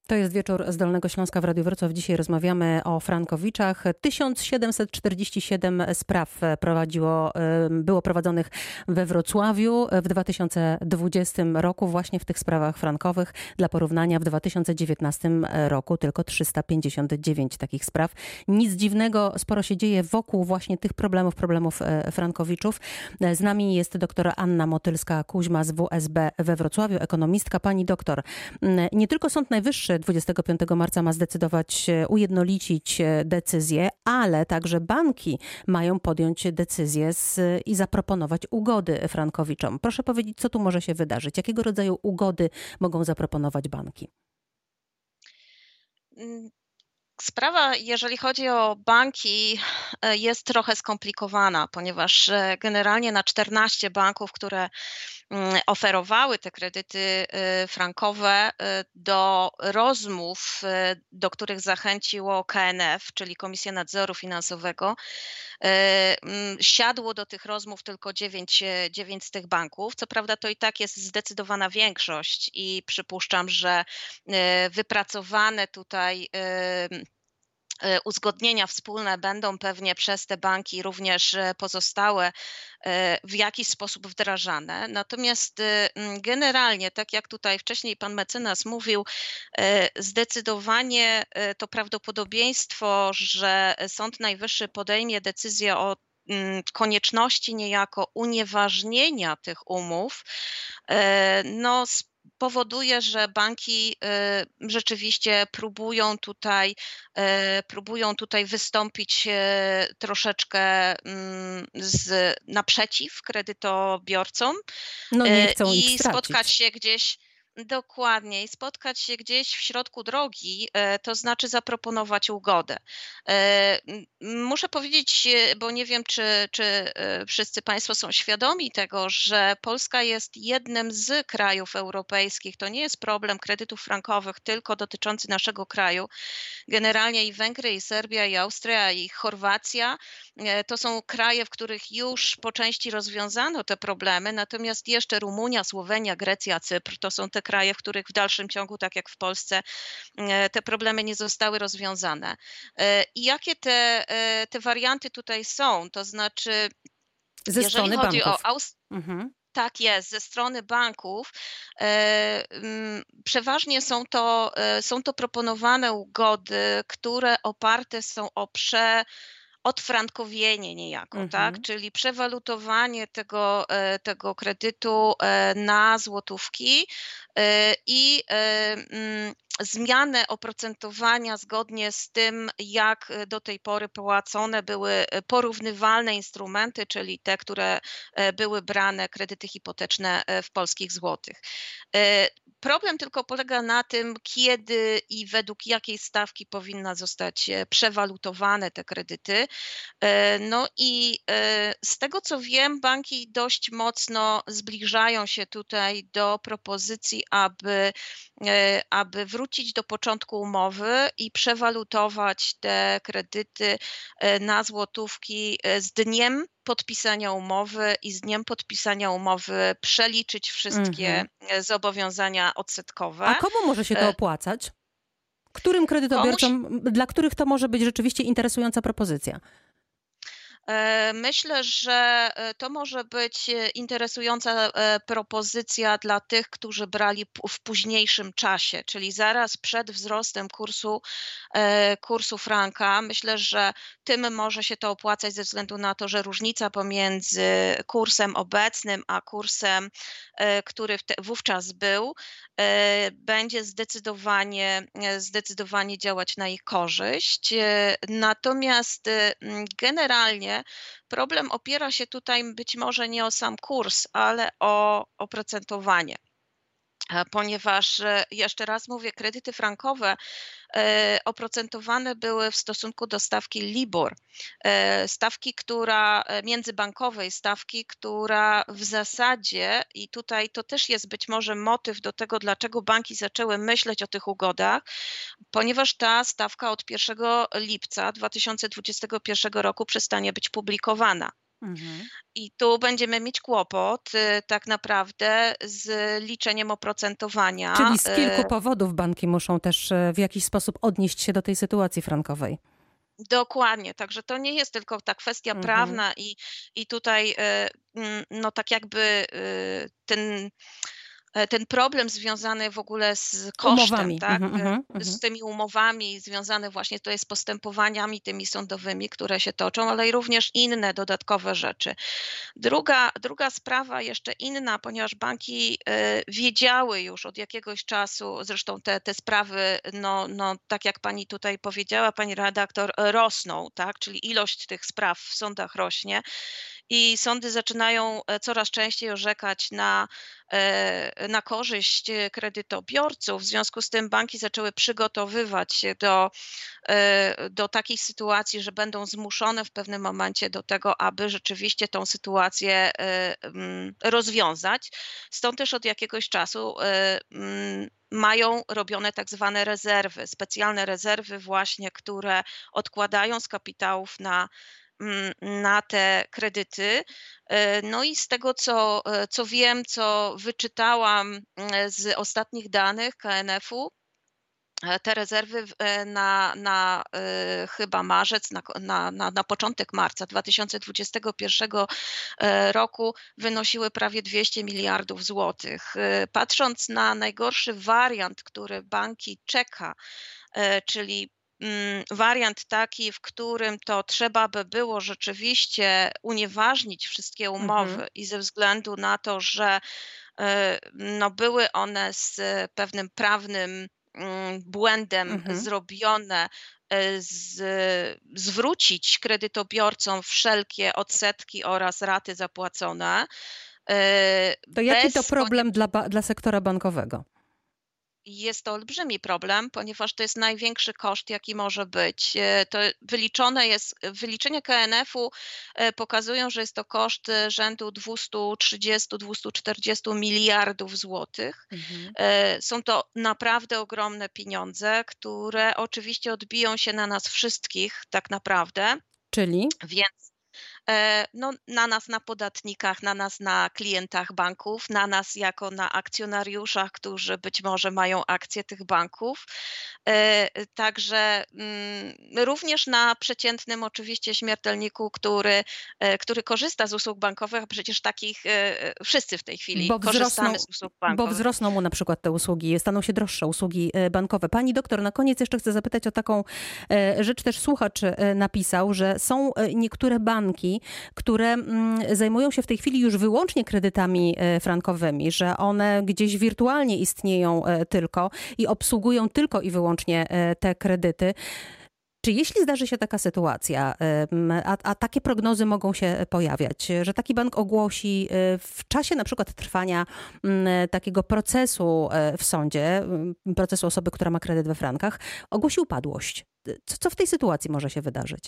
To jest wieczór z Dolnego Śląska w Radiu Wrocław. Dzisiaj rozmawiamy o frankowiczach. 1747 spraw było prowadzonych we Wrocławiu w 2020 roku właśnie w tych sprawach frankowych. Dla porównania w 2019 roku tylko 359 takich spraw. Nic dziwnego, sporo się dzieje wokół właśnie tych problemów frankowiczów. Z nami jest doktor Anna Motylska-Kuźma z WSB we Wrocławiu, ekonomistka. Pani doktor, nie tylko Sąd Najwyższy 25 marca ma zdecydować, ujednolicić decyzje, ale także banki mają podjąć decyzję i zaproponować ugody frankowiczom. Proszę powiedzieć, co tu może się wydarzyć? Jakiego rodzaju ugody mogą zaproponować banki? Sprawa, jeżeli chodzi o banki, jest trochę skomplikowana, ponieważ generalnie na 14 banków, które oferowały te kredyty frankowe, do rozmów, do których zachęciło KNF, czyli Komisja Nadzoru Finansowego, siadło do tych rozmów tylko 9 z tych banków. Co prawda to i tak jest zdecydowana większość i przypuszczam, że wypracowane tutaj uzgodnienia wspólne będą pewnie przez te banki również pozostałe w jakiś sposób wdrażane. Natomiast generalnie, tak jak tutaj wcześniej pan mecenas mówił, zdecydowanie to prawdopodobieństwo, że Sąd Najwyższy podejmie decyzję o konieczności niejako unieważnienia tych umów, no powoduje, że banki rzeczywiście próbują tutaj wystąpić troszeczkę naprzeciw kredytobiorcom, No nie chcą ich i stracić. spotkać się gdzieś. Dokładnie. I spotkać się gdzieś w środku drogi, to znaczy zaproponować ugodę. Muszę powiedzieć, bo nie wiem, czy wszyscy Państwo są świadomi tego, że Polska jest jednym z krajów europejskich. To nie jest problem kredytów frankowych tylko dotyczący naszego kraju. Generalnie i Węgry, i Serbia, i Austria, i Chorwacja to są kraje, w których już po części rozwiązano te problemy, natomiast jeszcze Rumunia, Słowenia, Grecja, Cypr to są te kraje, w których w dalszym ciągu, tak jak w Polsce, te problemy nie zostały rozwiązane. I jakie te warianty tutaj są? To znaczy, Ze strony chodzi banków. o Tak jest, ze strony banków. Przeważnie są to proponowane ugody, które oparte są o odfrankowienie niejako, tak? Czyli przewalutowanie tego kredytu na złotówki i zmianę oprocentowania zgodnie z tym, jak do tej pory płacone były porównywalne instrumenty, czyli te, które były brane, kredyty hipoteczne w polskich złotych. Problem tylko polega na tym, kiedy i według jakiej stawki powinna zostać przewalutowane te kredyty. No i z tego co wiem, banki dość mocno zbliżają się tutaj do propozycji, aby wrócić do początku umowy i przewalutować te kredyty na złotówki z dniem podpisania umowy i z dniem podpisania umowy przeliczyć wszystkie zobowiązania odsetkowe. A komu może się to opłacać? Którym kredytobiorcom, dla których to może być rzeczywiście interesująca propozycja? Myślę, że to może być interesująca propozycja dla tych, którzy brali w późniejszym czasie, czyli zaraz przed wzrostem kursu franka. Myślę, że tym może się to opłacać ze względu na to, że różnica pomiędzy kursem obecnym a kursem, który wówczas był, będzie zdecydowanie działać na ich korzyść. Natomiast generalnie problem opiera się tutaj być może nie o sam kurs, ale o oprocentowanie. Ponieważ, jeszcze raz mówię, kredyty frankowe oprocentowane były w stosunku do stawki LIBOR, międzybankowej stawki, która w zasadzie, i tutaj to też jest być może motyw do tego, dlaczego banki zaczęły myśleć o tych ugodach, ponieważ ta stawka od 1 lipca 2021 roku przestanie być publikowana. I tu będziemy mieć kłopot tak naprawdę z liczeniem oprocentowania. Czyli z kilku powodów banki muszą też w jakiś sposób odnieść się do tej sytuacji frankowej. Dokładnie, także to nie jest tylko ta kwestia prawna i tutaj no tak jakby ten problem związany w ogóle z kosztem, Umowami. tak? Z tymi umowami związane właśnie to jest postępowaniami tymi sądowymi, które się toczą, ale i również inne dodatkowe rzeczy. Druga sprawa jeszcze inna, ponieważ banki wiedziały już od jakiegoś czasu, zresztą te sprawy, no tak jak pani tutaj powiedziała, pani redaktor, rosną, tak? Czyli ilość tych spraw w sądach rośnie i sądy zaczynają coraz częściej orzekać na korzyść kredytobiorców. W związku z tym banki zaczęły przygotowywać się do takiej sytuacji, że będą zmuszone w pewnym momencie do tego, aby rzeczywiście tą sytuację rozwiązać. Stąd też od jakiegoś czasu mają robione tak zwane rezerwy, specjalne rezerwy właśnie, które odkładają z kapitałów na te kredyty. No i z tego, co wiem, co wyczytałam z ostatnich danych KNF-u, te rezerwy na chyba marzec, na początek marca 2021 roku wynosiły prawie 200 miliardów złotych. Patrząc na najgorszy wariant, który banki czeka, czyli wariant taki, w którym to trzeba by było rzeczywiście unieważnić wszystkie umowy i ze względu na to, że no, były one z pewnym prawnym błędem zrobione, zwrócić kredytobiorcom wszelkie odsetki oraz raty zapłacone. To jaki to problem dla sektora bankowego? Jest to olbrzymi problem, ponieważ to jest największy koszt, jaki może być. To wyliczenia KNF-u pokazują, że jest to koszt rzędu 230-240 miliardów złotych. Są to naprawdę ogromne pieniądze, które oczywiście odbiją się na nas wszystkich tak naprawdę. Czyli? Więc no, na nas, na podatnikach, na nas, na klientach banków, na nas jako na akcjonariuszach, którzy być może mają akcje tych banków. Także również na przeciętnym oczywiście śmiertelniku, który korzysta z usług bankowych, a przecież takich wszyscy w tej chwili korzystamy z usług bankowych. Bo wzrosną mu na przykład te usługi, staną się droższe usługi bankowe. Pani doktor, na koniec jeszcze chcę zapytać o taką rzecz, też słuchacz napisał, że są niektóre banki, które zajmują się w tej chwili już wyłącznie kredytami frankowymi, że one gdzieś wirtualnie istnieją tylko i obsługują tylko i wyłącznie te kredyty. Czy jeśli zdarzy się taka sytuacja, a takie prognozy mogą się pojawiać, że taki bank ogłosi w czasie na przykład trwania takiego procesu w sądzie, procesu osoby, która ma kredyt we frankach, ogłosi upadłość? Co w tej sytuacji może się wydarzyć?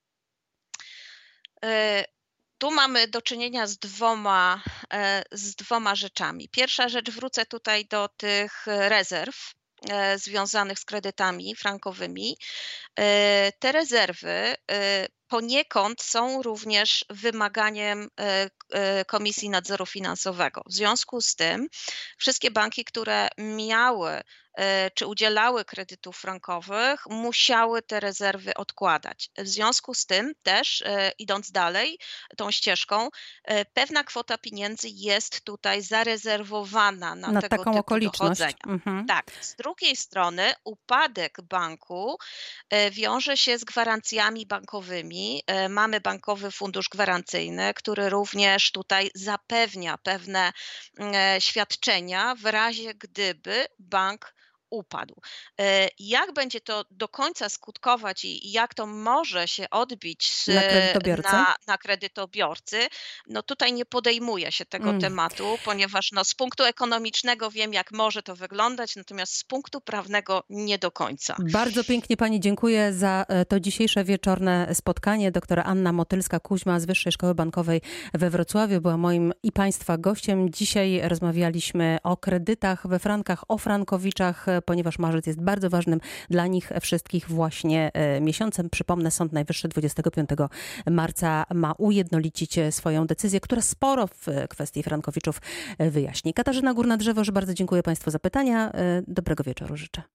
Tu mamy do czynienia z dwoma rzeczami. Pierwsza rzecz, wrócę tutaj do tych rezerw związanych z kredytami frankowymi. Te rezerwy poniekąd są również wymaganiem Komisji Nadzoru Finansowego. W związku z tym wszystkie banki, które miały czy udzielały kredytów frankowych, musiały te rezerwy odkładać. W związku z tym też, idąc dalej tą ścieżką, pewna kwota pieniędzy jest tutaj zarezerwowana na tego taką typu okoliczność. dochodzenia. Tak. Z drugiej strony upadek banku wiąże się z gwarancjami bankowymi. Mamy Bankowy Fundusz Gwarancyjny, który również tutaj zapewnia pewne świadczenia w razie gdyby bank upadł. Jak będzie to do końca skutkować i jak to może się odbić na kredytobiorcy, no tutaj nie podejmuje się tego tematu, ponieważ no z punktu ekonomicznego wiem, jak może to wyglądać, natomiast z punktu prawnego nie do końca. Bardzo pięknie pani dziękuję za to dzisiejsze wieczorne spotkanie. Doktor Anna Motylska-Kuźma z Wyższej Szkoły Bankowej we Wrocławiu była moim i państwa gościem. Dzisiaj rozmawialiśmy o kredytach we frankach, o frankowiczach. ponieważ marzec jest bardzo ważnym dla nich wszystkich właśnie miesiącem. Przypomnę, Sąd Najwyższy 25 marca ma ujednolicić swoją decyzję, która sporo w kwestii frankowiczów wyjaśni. Katarzyna Górna-Drzewoż, bardzo dziękuję Państwu za pytania. Dobrego wieczoru życzę.